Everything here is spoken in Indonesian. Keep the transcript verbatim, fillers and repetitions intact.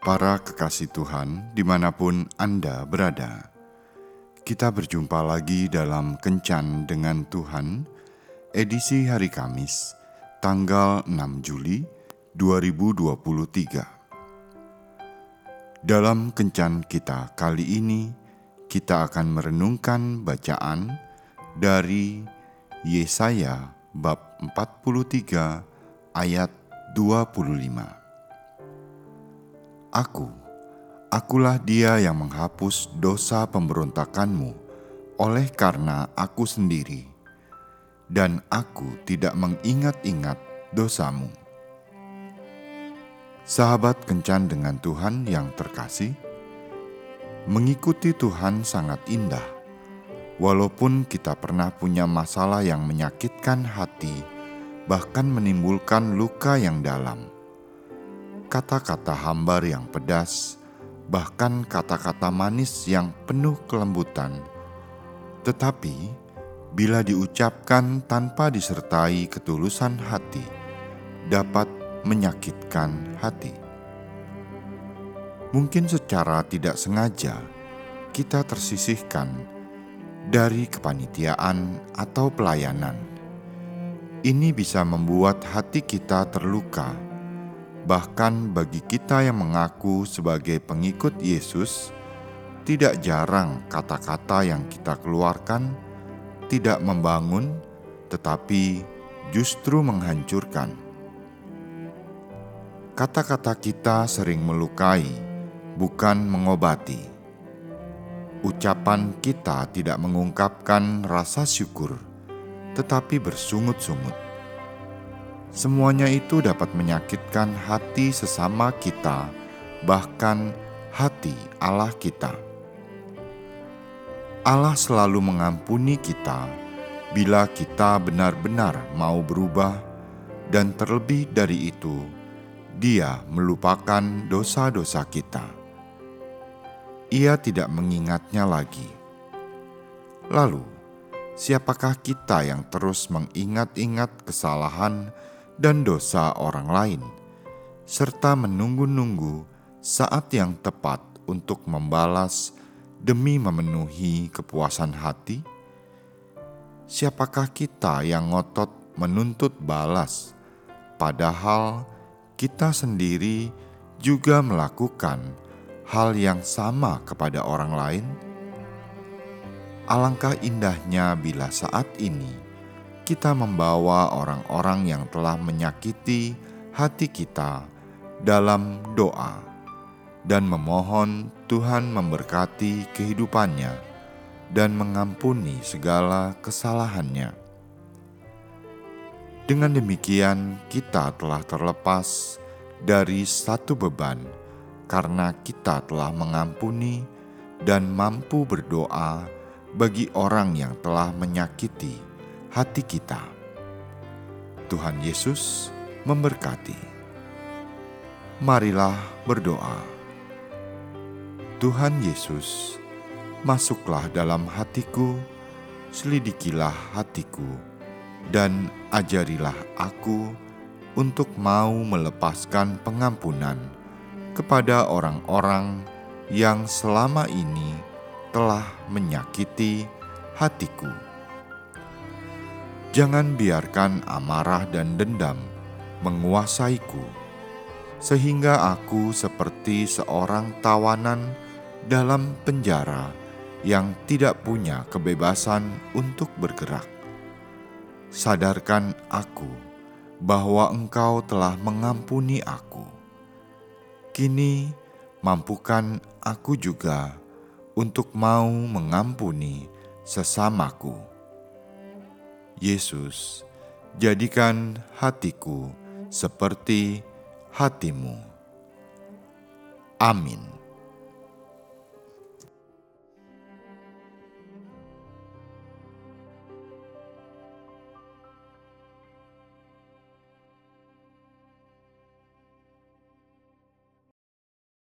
Para kekasih Tuhan, dimanapun Anda berada, kita berjumpa lagi dalam Kencan dengan Tuhan, edisi hari Kamis, tanggal enam Juli dua ribu dua puluh tiga. Dalam Kencan kita kali ini, kita akan merenungkan bacaan dari Yesaya bab empat puluh tiga ayat dua puluh lima. Aku, akulah Dia yang menghapus dosa pemberontakanmu oleh karena Aku sendiri, dan Aku tidak mengingat-ingat dosamu. Sahabat Kencan dengan Tuhan yang terkasih, mengikuti Tuhan sangat indah. Walaupun kita pernah punya masalah yang menyakitkan hati, bahkan menimbulkan luka yang dalam. Kata-kata hambar yang pedas, bahkan kata-kata manis yang penuh kelembutan. Tetapi, bila diucapkan tanpa disertai ketulusan hati, dapat menyakitkan hati. Mungkin secara tidak sengaja, kita tersisihkan dari kepanitiaan atau pelayanan. Ini bisa membuat hati kita terluka. Bahkan bagi kita yang mengaku sebagai pengikut Yesus, tidak jarang kata-kata yang kita keluarkan tidak membangun, tetapi justru menghancurkan. Kata-kata kita sering melukai, bukan mengobati. Ucapan kita tidak mengungkapkan rasa syukur, tetapi bersungut-sungut. Semuanya itu dapat menyakitkan hati sesama kita, bahkan hati Allah kita. Allah selalu mengampuni kita bila kita benar-benar mau berubah, dan terlebih dari itu, Dia melupakan dosa-dosa kita. Ia tidak mengingatnya lagi. Lalu, siapakah kita yang terus mengingat-ingat kesalahan dan dosa orang lain, serta menunggu-nunggu saat yang tepat untuk membalas demi memenuhi kepuasan hati? Siapakah kita yang ngotot menuntut balas, padahal kita sendiri juga melakukan hal yang sama kepada orang lain? Alangkah indahnya bila saat ini kita membawa orang-orang yang telah menyakiti hati kita dalam doa dan memohon Tuhan memberkati kehidupannya dan mengampuni segala kesalahannya. Dengan demikian, kita telah terlepas dari satu beban karena kita telah mengampuni dan mampu berdoa bagi orang yang telah menyakiti hati kita. Tuhan Yesus memberkati. Marilah berdoa. Tuhan Yesus, masuklah dalam hatiku, selidikilah hatiku, dan ajarilah aku untuk mau melepaskan pengampunan kepada orang-orang yang selama ini telah menyakiti hatiku. Jangan biarkan amarah dan dendam menguasaiku, sehingga aku seperti seorang tawanan dalam penjara yang tidak punya kebebasan untuk bergerak. Sadarkan aku bahwa Engkau telah mengampuni aku. Kini mampukan aku juga untuk mau mengampuni sesamaku. Yesus, jadikan hatiku seperti hati-Mu. Amin.